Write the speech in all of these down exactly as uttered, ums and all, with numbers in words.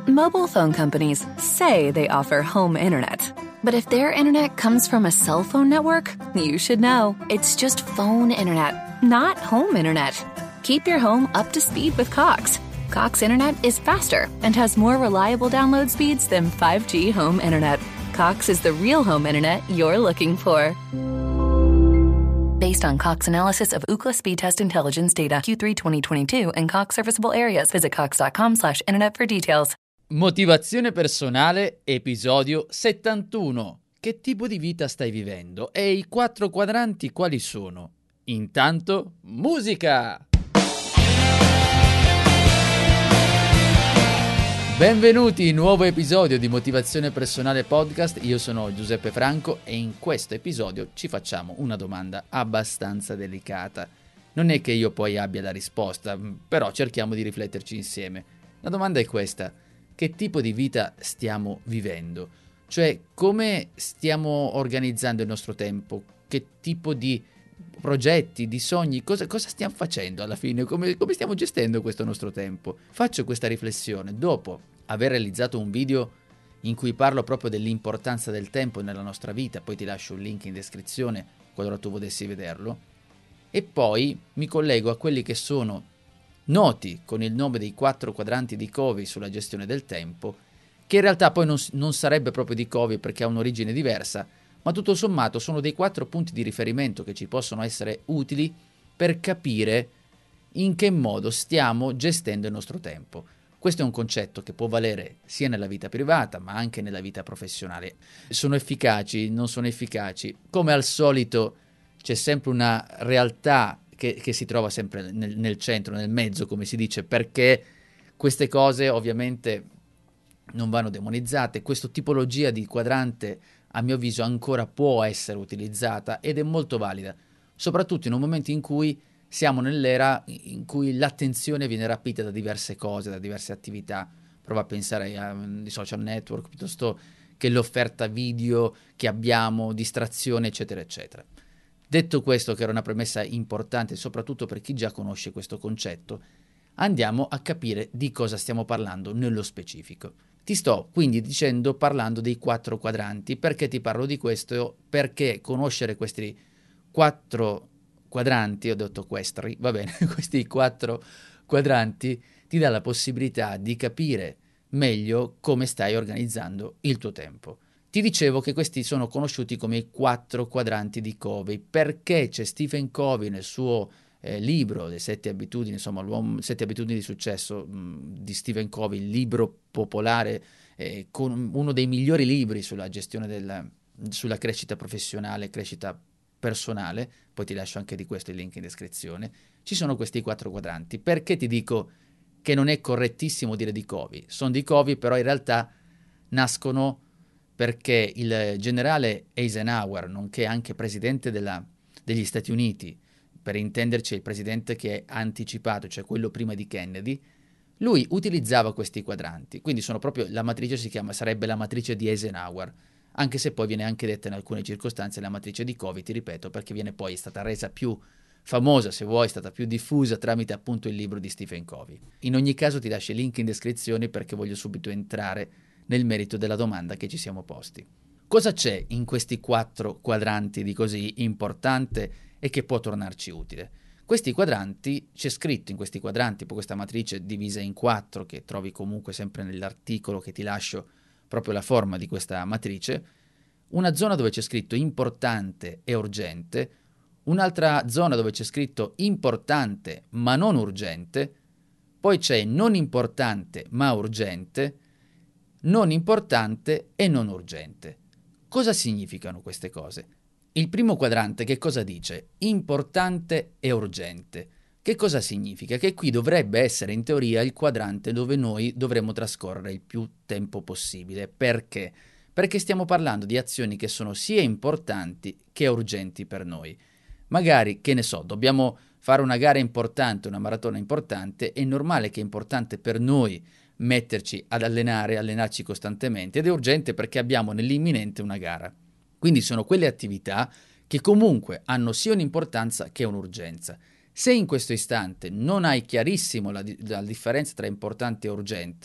Mobile phone companies say they offer home internet. But if their internet comes from a cell phone network, you should know. It's just phone internet, not home internet. Keep your home up to speed with Cox. Cox Internet is faster and has more reliable download speeds than five G home internet. Cox is the real home internet you're looking for. Based on Cox analysis of Ookla speed test intelligence data Q three twenty twenty-two and Cox serviceable areas, visit cox.com slash internet for details. Motivazione personale, episodio settantuno. Che tipo di vita stai vivendo? E i quattro quadranti quali sono? Intanto, musica! Benvenuti in nuovo episodio di Motivazione Personale Podcast. Io sono Giuseppe Franco e in questo episodio ci facciamo una domanda abbastanza delicata. Non è che io poi abbia la risposta, però cerchiamo di rifletterci insieme. La domanda è questa: che tipo di vita stiamo vivendo? Cioè, come stiamo organizzando il nostro tempo? Che tipo di progetti, di sogni, cosa, cosa stiamo facendo alla fine? Come, come stiamo gestendo questo nostro tempo? Faccio questa riflessione dopo aver realizzato un video in cui parlo proprio dell'importanza del tempo nella nostra vita, poi ti lascio un link in descrizione qualora tu volessi vederlo, e poi mi collego a quelli che sono noti con il nome dei quattro quadranti di Covey sulla gestione del tempo, che in realtà poi non, non sarebbe proprio di Covey perché ha un'origine diversa, ma tutto sommato sono dei quattro punti di riferimento che ci possono essere utili per capire in che modo stiamo gestendo il nostro tempo. Questo è un concetto che può valere sia nella vita privata ma anche nella vita professionale. Sono efficaci? Non sono efficaci? Come al solito c'è sempre una realtà che, che si trova sempre nel, nel centro, nel mezzo, come si dice, perché queste cose ovviamente non vanno demonizzate. Questa tipologia di quadrante, a mio avviso, ancora può essere utilizzata ed è molto valida, soprattutto in un momento in cui siamo nell'era in cui l'attenzione viene rapita da diverse cose, da diverse attività. Prova a pensare ai social network piuttosto che l'offerta video che abbiamo, distrazione, eccetera, eccetera. Detto questo, che era una premessa importante soprattutto per chi già conosce questo concetto, andiamo a capire di cosa stiamo parlando nello specifico. Ti sto quindi dicendo, parlando dei quattro quadranti. Perché ti parlo di questo? Perché conoscere questi quattro quadranti, ho detto questri, va bene, questi quattro quadranti ti dà la possibilità di capire meglio come stai organizzando il tuo tempo. Ti dicevo che questi sono conosciuti come i quattro quadranti di Covey perché c'è Stephen Covey nel suo eh, libro Le sette abitudini, insomma, l'uomo, sette abitudini di successo mh, di Stephen Covey, il libro popolare, eh, con uno dei migliori libri sulla gestione della, sulla crescita professionale, crescita personale, poi ti lascio anche di questo il link in descrizione. Ci sono questi quattro quadranti. Perché ti dico che non è correttissimo dire di Covey? Sono di Covey, però in realtà nascono perché il generale Eisenhower, nonché anche presidente della, degli Stati Uniti, per intenderci il presidente che ha anticipato, cioè quello prima di Kennedy, lui utilizzava questi quadranti, quindi sono proprio, la matrice si chiama, sarebbe la matrice di Eisenhower, anche se poi viene anche detta in alcune circostanze la matrice di Covey, ti ripeto, perché viene poi, è stata resa più famosa, se vuoi, è stata più diffusa tramite appunto il libro di Stephen Covey. In ogni caso ti lascio il link in descrizione perché voglio subito entrare nel merito della domanda che ci siamo posti. Cosa c'è in questi quattro quadranti di così importante e che può tornarci utile? Questi quadranti, c'è scritto in questi quadranti, poi questa matrice divisa in quattro, che trovi comunque sempre nell'articolo che ti lascio proprio la forma di questa matrice, una zona dove c'è scritto importante e urgente, un'altra zona dove c'è scritto importante ma non urgente, poi c'è non importante ma urgente, non importante e non urgente. Cosa significano queste cose? Il primo quadrante che cosa dice? Importante e urgente. Che cosa significa? Che qui dovrebbe essere in teoria il quadrante dove noi dovremmo trascorrere il più tempo possibile. Perché? Perché stiamo parlando di azioni che sono sia importanti che urgenti per noi. Magari, che ne so, dobbiamo fare una gara importante, una maratona importante, è normale che è importante per noi metterci ad allenare, allenarci costantemente, ed è urgente perché abbiamo nell'imminente una gara. Quindi sono quelle attività che comunque hanno sia un'importanza che un'urgenza. Se in questo istante non hai chiarissimo la, la differenza tra importante e urgente,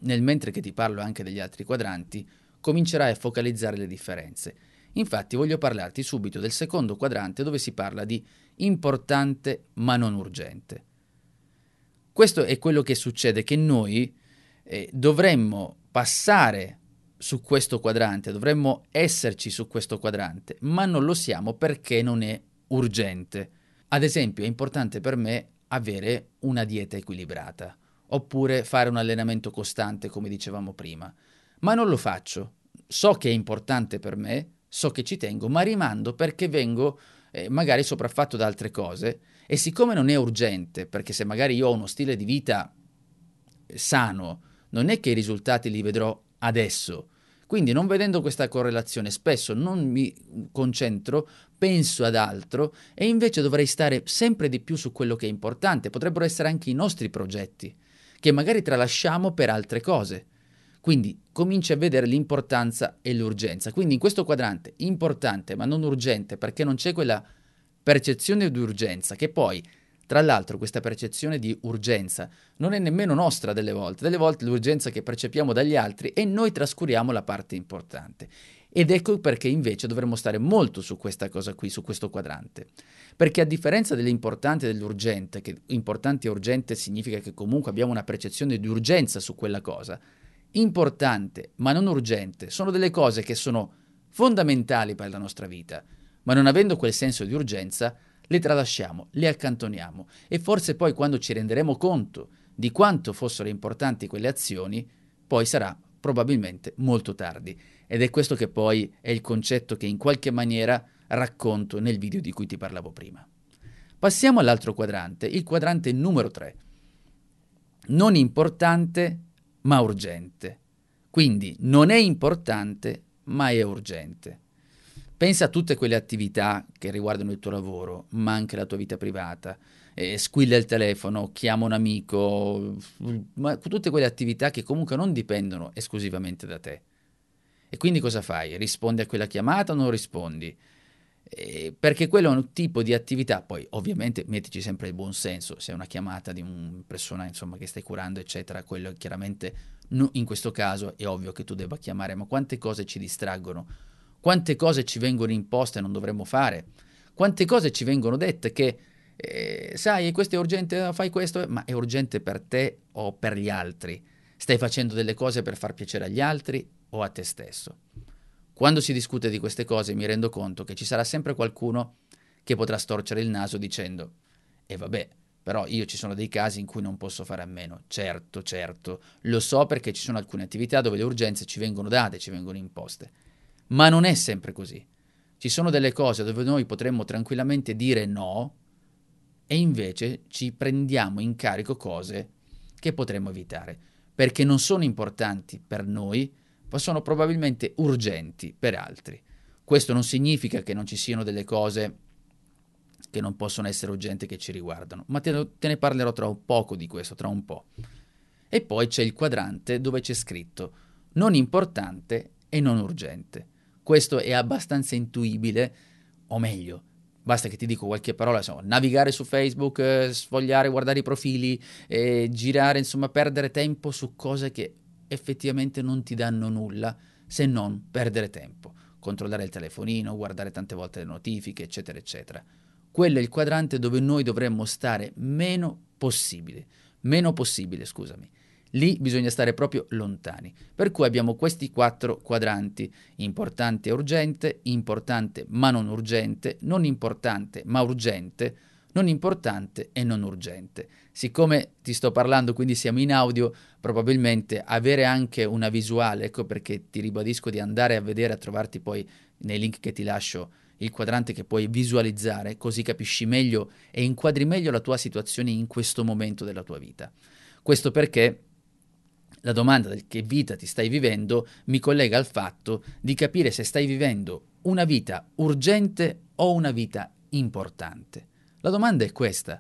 nel mentre che ti parlo anche degli altri quadranti, comincerai a focalizzare le differenze. Infatti voglio parlarti subito del secondo quadrante dove si parla di importante ma non urgente. Questo è quello che succede, che noi eh, dovremmo passare su questo quadrante, dovremmo esserci su questo quadrante, ma non lo siamo perché non è urgente. Ad esempio, è importante per me avere una dieta equilibrata, oppure fare un allenamento costante, come dicevamo prima, ma non lo faccio. So che è importante per me, so che ci tengo, ma rimando perché vengo eh, magari sopraffatto da altre cose, e siccome non è urgente, perché se magari io ho uno stile di vita sano, non è che i risultati li vedrò adesso. Quindi non vedendo questa correlazione spesso non mi concentro, penso ad altro e invece dovrei stare sempre di più su quello che è importante. Potrebbero essere anche i nostri progetti, che magari tralasciamo per altre cose. Quindi cominci a vedere l'importanza e l'urgenza. Quindi in questo quadrante importante ma non urgente, perché non c'è quella percezione di urgenza, che poi tra l'altro questa percezione di urgenza non è nemmeno nostra delle volte, delle volte l'urgenza che percepiamo dagli altri e noi trascuriamo la parte importante. Ed ecco perché invece dovremmo stare molto su questa cosa qui, su questo quadrante. Perché a differenza dell'importante e dell'urgente, che importante e urgente significa che comunque abbiamo una percezione di urgenza su quella cosa, importante ma non urgente sono delle cose che sono fondamentali per la nostra vita, ma non avendo quel senso di urgenza le tralasciamo, le accantoniamo e forse poi quando ci renderemo conto di quanto fossero importanti quelle azioni, poi sarà probabilmente molto tardi. Ed è questo che poi è il concetto che in qualche maniera racconto nel video di cui ti parlavo prima. Passiamo all'altro quadrante, il quadrante numero tre. Non importante ma urgente. Quindi non è importante ma è urgente. Pensa a tutte quelle attività che riguardano il tuo lavoro, ma anche la tua vita privata. Eh, squilla il telefono, chiama un amico, ma tutte quelle attività che comunque non dipendono esclusivamente da te. E quindi cosa fai? Rispondi a quella chiamata o non rispondi? Eh, perché quello è un tipo di attività, poi ovviamente mettici sempre il buon senso, se è una chiamata di una persona insomma che stai curando eccetera, quello chiaramente no, in questo caso è ovvio che tu debba chiamare, ma quante cose ci distraggono? Quante cose ci vengono imposte e non dovremmo fare? Quante cose ci vengono dette che, eh, sai, questo è urgente, fai questo, ma è urgente per te o per gli altri? Stai facendo delle cose per far piacere agli altri o a te stesso? Quando si discute di queste cose mi rendo conto che ci sarà sempre qualcuno che potrà storcere il naso dicendo «E eh vabbè, però io ci sono dei casi in cui non posso fare a meno». Certo, certo, lo so perché ci sono alcune attività dove le urgenze ci vengono date, ci vengono imposte. Ma non è sempre così. Ci sono delle cose dove noi potremmo tranquillamente dire no e invece ci prendiamo in carico cose che potremmo evitare, perché non sono importanti per noi, ma sono probabilmente urgenti per altri. Questo non significa che non ci siano delle cose che non possono essere urgenti che ci riguardano, ma te, te ne parlerò tra un poco di questo, tra un po'. E poi c'è il quadrante dove c'è scritto non importante e non urgente. Questo è abbastanza intuibile, o meglio, basta che ti dico qualche parola, insomma, navigare su Facebook, eh, sfogliare, guardare i profili, eh, girare, insomma, perdere tempo su cose che effettivamente non ti danno nulla, se non perdere tempo. Controllare il telefonino, guardare tante volte le notifiche, eccetera, eccetera. Quello è il quadrante dove noi dovremmo stare meno possibile, meno possibile, scusami. Lì bisogna stare proprio lontani. Per cui abbiamo questi quattro quadranti: importante e urgente, importante ma non urgente, non importante ma urgente, non importante e non urgente. Siccome ti sto parlando, quindi siamo in audio, probabilmente avere anche una visuale, ecco perché ti ribadisco di andare a vedere, a trovarti poi nei link che ti lascio il quadrante che puoi visualizzare, così capisci meglio e inquadri meglio la tua situazione in questo momento della tua vita. Questo perché la domanda del che vita ti stai vivendo mi collega al fatto di capire se stai vivendo una vita urgente o una vita importante. La domanda è questa,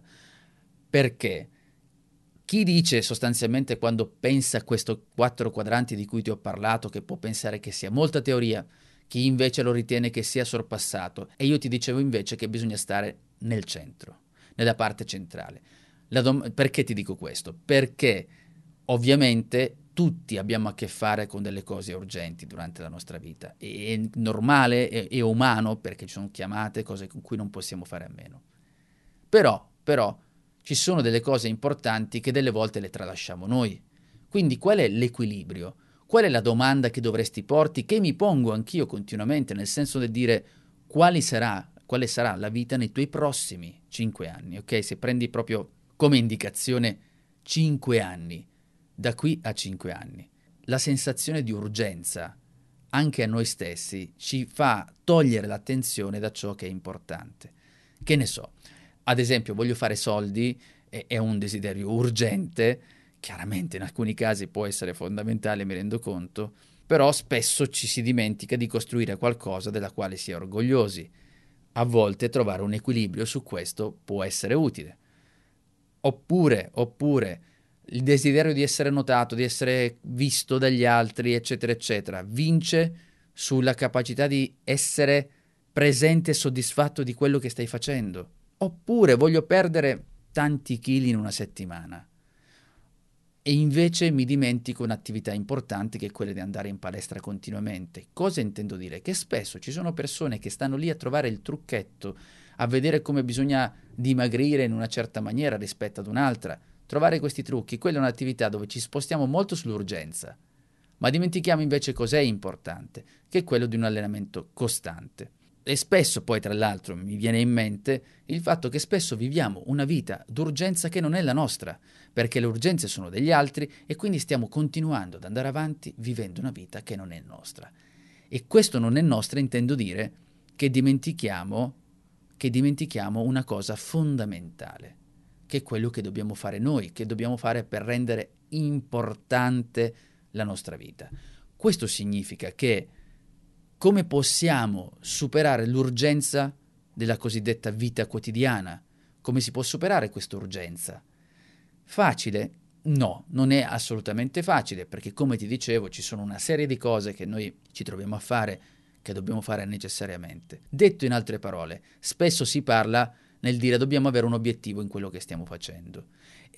perché chi dice sostanzialmente, quando pensa a questi quattro quadranti di cui ti ho parlato, che può pensare che sia molta teoria, chi invece lo ritiene che sia sorpassato, e io ti dicevo invece che bisogna stare nel centro, nella parte centrale. La dom- perché ti dico questo? Perché ovviamente tutti abbiamo a che fare con delle cose urgenti durante la nostra vita. È normale, è, è umano, perché ci sono chiamate, cose con cui non possiamo fare a meno. Però, però, ci sono delle cose importanti che delle volte le tralasciamo noi. Quindi qual è l'equilibrio? Qual è la domanda che dovresti porti, che mi pongo anch'io continuamente, nel senso di dire quali sarà, quale sarà la vita nei tuoi prossimi cinque anni, ok? Se prendi proprio come indicazione cinque anni, da qui a cinque anni. La sensazione di urgenza, anche a noi stessi, ci fa togliere l'attenzione da ciò che è importante. Che ne so, ad esempio voglio fare soldi, è, è un desiderio urgente, chiaramente in alcuni casi può essere fondamentale, mi rendo conto, però spesso ci si dimentica di costruire qualcosa della quale si è orgogliosi. A volte trovare un equilibrio su questo può essere utile. Oppure, oppure, il desiderio di essere notato, di essere visto dagli altri, eccetera, eccetera, vince sulla capacità di essere presente e soddisfatto di quello che stai facendo. Oppure voglio perdere tanti chili in una settimana e invece mi dimentico un'attività importante che è quella di andare in palestra continuamente. Cosa intendo dire? Che spesso ci sono persone che stanno lì a trovare il trucchetto, a vedere come bisogna dimagrire in una certa maniera rispetto ad un'altra, trovare questi trucchi. Quella è un'attività dove ci spostiamo molto sull'urgenza, ma dimentichiamo invece cos'è importante, che è quello di un allenamento costante. E spesso poi, tra l'altro, mi viene in mente il fatto che spesso viviamo una vita d'urgenza che non è la nostra, perché le urgenze sono degli altri e quindi stiamo continuando ad andare avanti vivendo una vita che non è nostra. E questo non è nostra intendo dire che dimentichiamo, che dimentichiamo una cosa fondamentale, che è quello che dobbiamo fare noi, che dobbiamo fare per rendere importante la nostra vita. Questo significa che come possiamo superare l'urgenza della cosiddetta vita quotidiana? Come si può superare questa urgenza? Facile? No, non è assolutamente facile, perché come ti dicevo ci sono una serie di cose che noi ci troviamo a fare, che dobbiamo fare necessariamente. Detto in altre parole, spesso si parla nel dire dobbiamo avere un obiettivo in quello che stiamo facendo.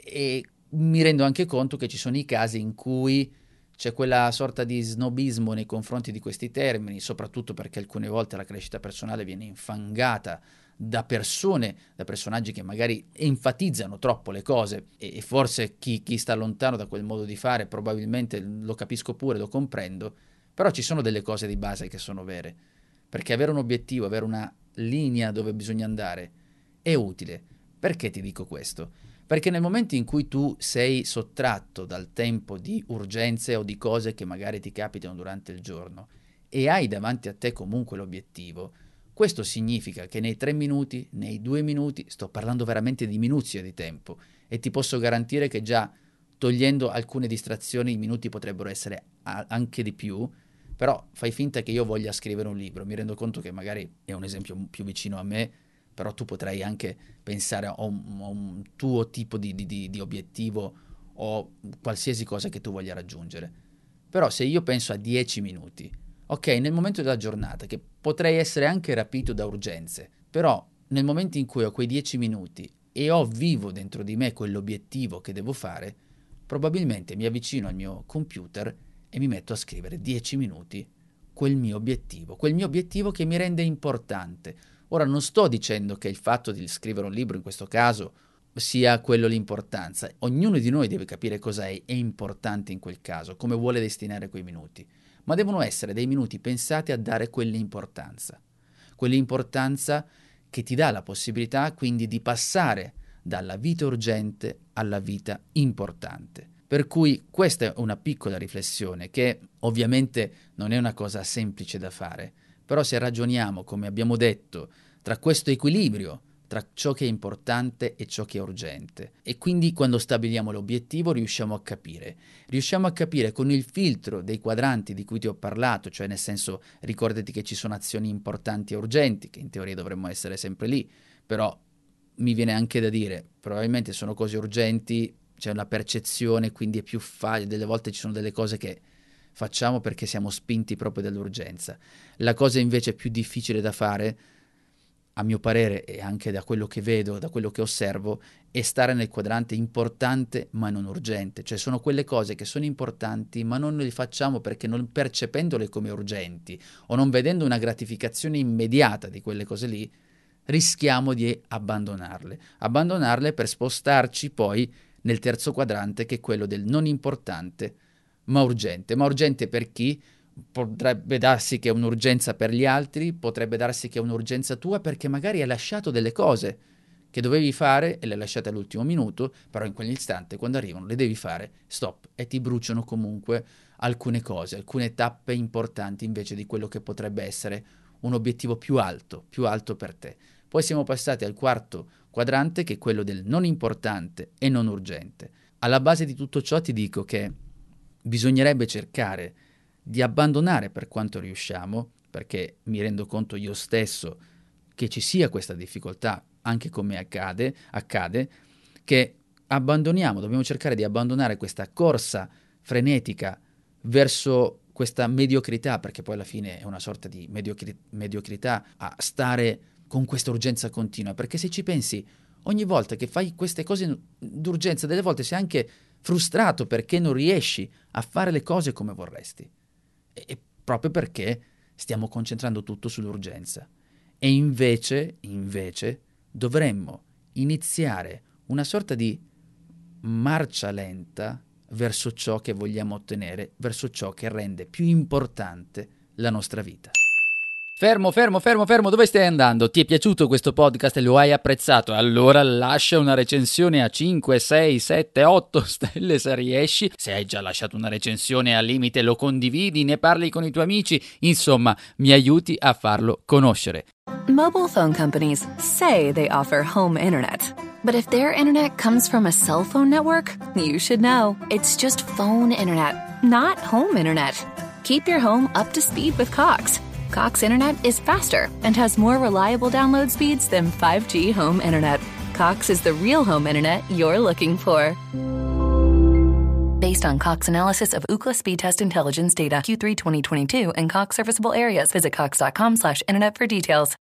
E mi rendo anche conto che ci sono i casi in cui c'è quella sorta di snobismo nei confronti di questi termini, soprattutto perché alcune volte la crescita personale viene infangata da persone, da personaggi che magari enfatizzano troppo le cose e forse chi, chi sta lontano da quel modo di fare probabilmente lo capisco pure, lo comprendo, però ci sono delle cose di base che sono vere, perché avere un obiettivo, avere una linea dove bisogna andare è utile. Perché ti dico questo? Perché nel momento in cui tu sei sottratto dal tempo di urgenze o di cose che magari ti capitano durante il giorno e hai davanti a te comunque l'obiettivo, questo significa che nei tre minuti, nei due minuti, sto parlando veramente di minuzia di tempo e ti posso garantire che già togliendo alcune distrazioni i minuti potrebbero essere anche di più, però fai finta che io voglia scrivere un libro, mi rendo conto che magari è un esempio più vicino a me, però tu potrai anche pensare a un, a un tuo tipo di, di, di obiettivo o qualsiasi cosa che tu voglia raggiungere. Però se io penso a dieci minuti, ok, nel momento della giornata, che potrei essere anche rapito da urgenze, però nel momento in cui ho quei dieci minuti e ho vivo dentro di me quell'obiettivo che devo fare, probabilmente mi avvicino al mio computer e mi metto a scrivere dieci minuti quel mio obiettivo, quel mio obiettivo che mi rende importante. Ora non sto dicendo che il fatto di scrivere un libro in questo caso sia quello l'importanza. Ognuno di noi deve capire cosa è, è importante in quel caso, come vuole destinare quei minuti. Ma devono essere dei minuti pensati a dare quell'importanza. Quell'importanza che ti dà la possibilità quindi di passare dalla vita urgente alla vita importante. Per cui questa è una piccola riflessione che ovviamente non è una cosa semplice da fare, però se ragioniamo, come abbiamo detto, tra questo equilibrio, tra ciò che è importante e ciò che è urgente, e quindi quando stabiliamo l'obiettivo riusciamo a capire, riusciamo a capire con il filtro dei quadranti di cui ti ho parlato, cioè nel senso ricordati che ci sono azioni importanti e urgenti, che in teoria dovremmo essere sempre lì, però mi viene anche da dire, probabilmente sono cose urgenti, c'è una percezione, quindi è più facile, delle volte ci sono delle cose che facciamo perché siamo spinti proprio dall'urgenza. La cosa invece più difficile da fare a mio parere e anche da quello che vedo, da quello che osservo, è stare nel quadrante importante ma non urgente. Cioè sono quelle cose che sono importanti ma non le facciamo perché non percependole come urgenti o non vedendo una gratificazione immediata di quelle cose lì, rischiamo di abbandonarle. Abbandonarle per spostarci poi nel terzo quadrante, che è quello del non importante ma urgente. Ma urgente per chi? Potrebbe darsi che è un'urgenza per gli altri, potrebbe darsi che è un'urgenza tua perché magari hai lasciato delle cose che dovevi fare e le hai lasciate all'ultimo minuto, però in quell'istante quando arrivano le devi fare, stop, e ti bruciano comunque alcune cose, alcune tappe importanti invece di quello che potrebbe essere un obiettivo più alto, più alto per te. Poi siamo passati al quarto quadrante, che è quello del non importante e non urgente. Alla base di tutto ciò ti dico che bisognerebbe cercare di abbandonare per quanto riusciamo, perché mi rendo conto io stesso che ci sia questa difficoltà, anche come accade, accade, che abbandoniamo, dobbiamo cercare di abbandonare questa corsa frenetica verso questa mediocrità, perché poi alla fine è una sorta di mediocri- mediocrità a stare con questa urgenza continua, perché se ci pensi, ogni volta che fai queste cose d'urgenza, delle volte sei anche frustrato perché non riesci a fare le cose come vorresti. E proprio perché stiamo concentrando tutto sull'urgenza. E invece, invece, dovremmo iniziare una sorta di marcia lenta verso ciò che vogliamo ottenere, verso ciò che rende più importante la nostra vita. Fermo, fermo, fermo, fermo, dove stai andando? Ti è piaciuto questo podcast e lo hai apprezzato? Allora lascia una recensione a cinque, sei, sette, otto stelle se riesci. Se hai già lasciato una recensione, al limite lo condividi, ne parli con i tuoi amici, insomma, mi aiuti a farlo conoscere. Mobile phone companies say they offer home internet. But if their internet comes from a cell phone network, you should know. It's just phone internet, not home internet. Keep your home up to speed with Cox. Cox Internet is faster and has more reliable download speeds than five G home internet. Cox is the real home internet you're looking for. Based on Cox analysis of Ookla speed test intelligence data Q three twenty twenty-two and Cox serviceable areas, visit cox dot com slash internet for details.